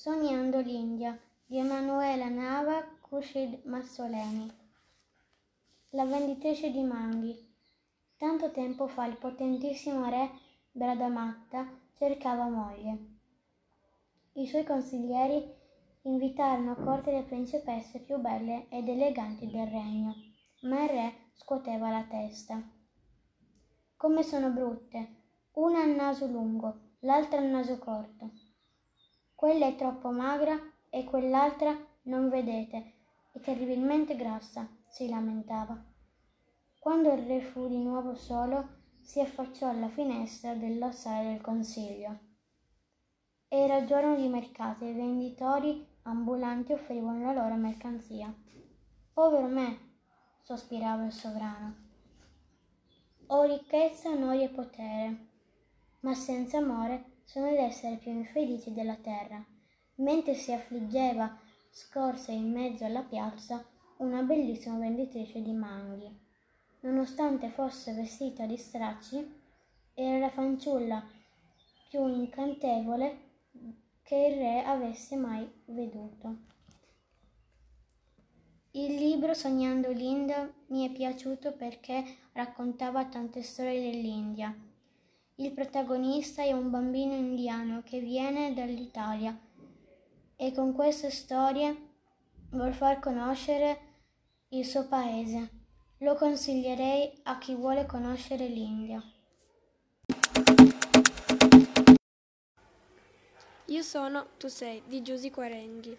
Sognando l'India di Emanuela Nava Khurshid Masoleni. La venditrice di manghi. Tanto tempo fa il potentissimo re Bradamatta cercava moglie. I suoi consiglieri invitarono a corte le principesse più belle ed eleganti del regno, ma il re scuoteva la testa. Come sono brutte! Una ha il naso lungo, l'altra il naso corto. Quella è troppo magra e quell'altra, non vedete, è terribilmente grassa, si lamentava. Quando il re fu di nuovo solo, si affacciò alla finestra della sala del consiglio. Era giorno di mercato e i venditori ambulanti offrivano la loro mercanzia. Povero me, sospirava il sovrano. Ho ricchezza, onore e potere, ma senza amore sono l'essere più infelice della terra. Mentre si affliggeva, scorse in mezzo alla piazza una bellissima venditrice di manghi. Nonostante fosse vestita di stracci, era la fanciulla più incantevole che il re avesse mai veduto. Il libro Sognando l'India mi è piaciuto perché raccontava tante storie dell'India. Il protagonista è un bambino indiano che viene dall'Italia e con queste storie vuol far conoscere il suo paese. Lo consiglierei a chi vuole conoscere l'India. Io sono, tu sei, di Giusy Quarenghi.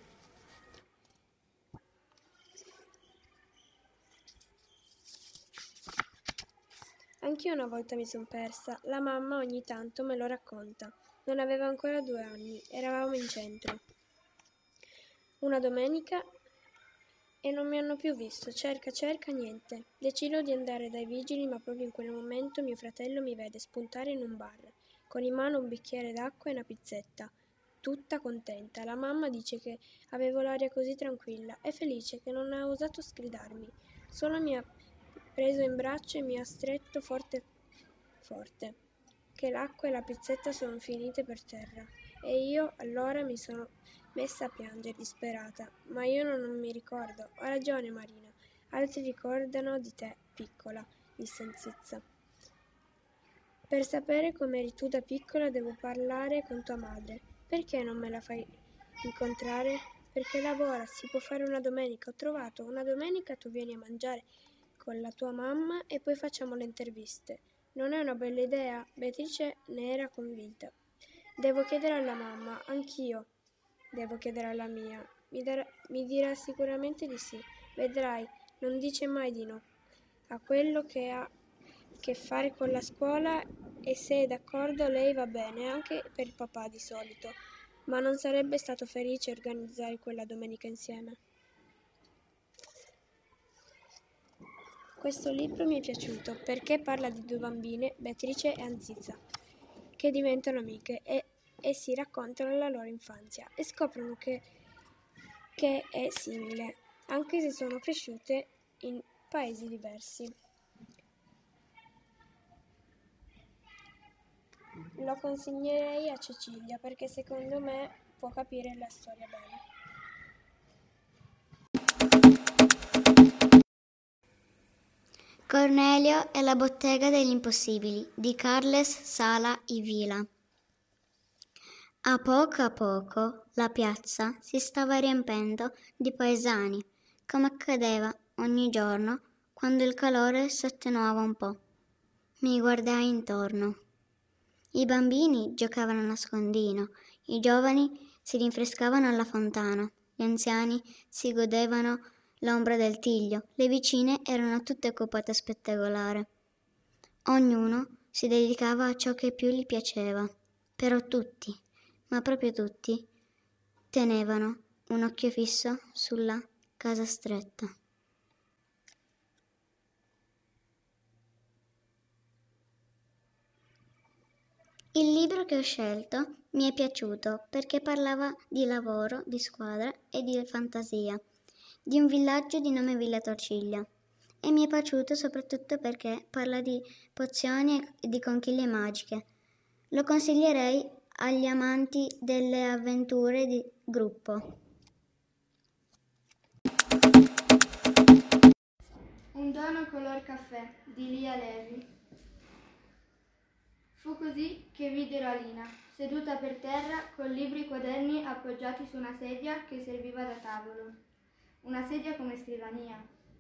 Anch'io una volta mi son persa, la mamma ogni tanto me lo racconta. Non avevo ancora 2 anni, eravamo in centro. Una domenica e non mi hanno più visto, cerca, niente. Decido di andare dai vigili, ma proprio in quel momento mio fratello mi vede spuntare in un bar, con in mano un bicchiere d'acqua e una pizzetta. Tutta contenta. La mamma dice che avevo l'aria così tranquilla e felice che non ha osato sgridarmi. Solo mi ha preso in braccio e mi ha stretto forte, che l'acqua e la pizzetta sono finite per terra. E io allora mi sono messa a piangere disperata. Ma io non mi ricordo. Ha ragione Marina. Altri ricordano di te, piccola, disse Enzizza. Per sapere com'eri tu da piccola devo parlare con tua madre. Perché non me la fai incontrare? Perché lavora, si può fare una domenica. Ho trovato una domenica, tu vieni a mangiare con la tua mamma e poi facciamo le interviste. Non è una bella idea? Beatrice ne era convinta. Devo chiedere alla mamma, anch'io devo chiedere alla mia. Mi dirà sicuramente di sì. Vedrai, non dice mai di no a quello che ha che fare con la scuola e se è d'accordo lei va bene, anche per il papà di solito. Ma non sarebbe stato felice organizzare quella domenica insieme? Questo libro mi è piaciuto perché parla di 2 bambine, Beatrice e Anziza, che diventano amiche e si raccontano la loro infanzia e scoprono che è simile, anche se sono cresciute in paesi diversi. Lo consiglierei a Cecilia perché secondo me può capire la storia bene. Cornelio e la bottega degli impossibili di Carles Sala y Vila. A poco la piazza si stava riempendo di paesani, come accadeva ogni giorno quando il calore si attenuava un po'. Mi guardai intorno. I bambini giocavano a nascondino, i giovani si rinfrescavano alla fontana, gli anziani si godevano l'ombra del Tiglio, le vicine erano tutte occupate a spettacolare. Ognuno si dedicava a ciò che più gli piaceva, però tutti, ma proprio tutti, tenevano un occhio fisso sulla casa stretta. Il libro che ho scelto mi è piaciuto perché parlava di lavoro, di squadra e di fantasia, di un villaggio di nome Villa Torciglia. E mi è piaciuto soprattutto perché parla di pozioni e di conchiglie magiche. Lo consiglierei agli amanti delle avventure di gruppo. Un dono color caffè di Lia Levi. Fu così che videro Alina, seduta per terra con libri e quaderni appoggiati su una sedia che serviva da tavolo. Una sedia come scrivania.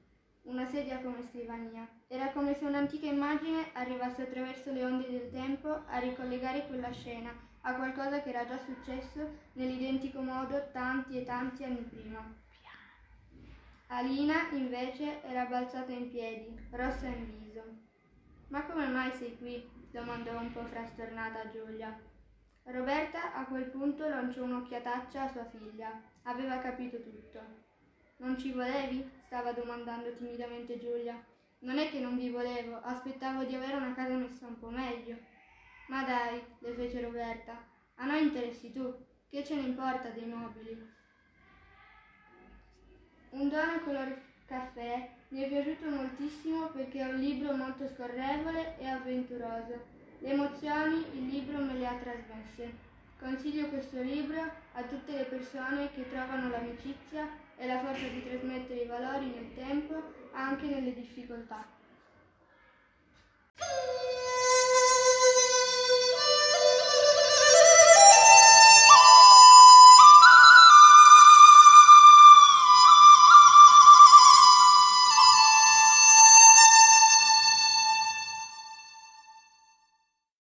Era come se un'antica immagine arrivasse attraverso le onde del tempo a ricollegare quella scena a qualcosa che era già successo nell'identico modo tanti e tanti anni prima. Alina, invece, era balzata in piedi, rossa in viso. «Ma come mai sei qui?» domandò un po' frastornata Giulia. Roberta a quel punto lanciò un'occhiataccia a sua figlia. Aveva capito tutto. «Non ci volevi?» stava domandando timidamente Giulia. «Non è che non vi volevo, aspettavo di avere una casa messa un po' meglio». «Ma dai», le fece Roberta, «a noi interessi tu, che ce ne importa dei mobili?» Un dono color caffè mi è piaciuto moltissimo perché è un libro molto scorrevole e avventuroso. Le emozioni il libro me le ha trasmesse. Consiglio questo libro a tutte le persone che trovano l'amicizia e la forza di trasmettere i valori nel tempo, anche nelle difficoltà.